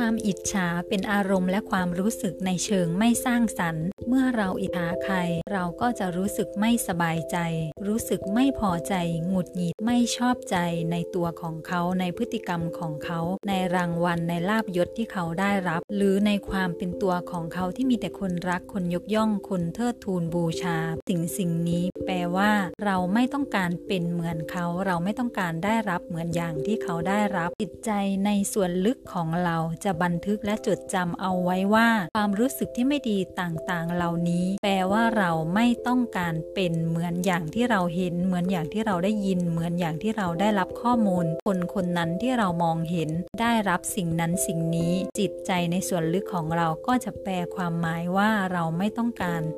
ความอิจฉาเป็นอารมณ์และความรู้สึกในเชิงไม่สร้างสรรค์เมื่อเราอิจฉาใครเราก็จะรู้สึกไม่สบายใจรู้สึกไม่พอใจหงุดหงิดไม่ชอบใจในตัวของเขาในพฤติกรรมของเขาในรางวัลในลาภยศที่เขาได้รับหรือในความเป็นตัวของเขาที่มีแต่คนรักคนยกย่องคนเทิดทูนบูชาสิ่งนี้แปลว่าเราไม่ต้องการเป็นเหมือนเขาเราไม่ต้องการได้รับเหมือนอย่างที่เขาได้รับจิตใจในส่วนลึกของเราจะบันทึกและจดจำเอาไว้ว่าความรู้สึกที่ไม่ดีต่างๆเหล่านี้แปลว่าเราไม่ต้องการเป็นเหมือนอย่างที่เราเห็นเหมือนอย่างที่เราได้ยินเหมือนอย่างที่เราได้รับข้อมูลคนนั้นที่เรามองเห็นได้รับสิ่งนั้นสิ่งนี้จิตใจในส่วนลึกของเราก็จะแปลความหมายว่าเราไม่ต้องการ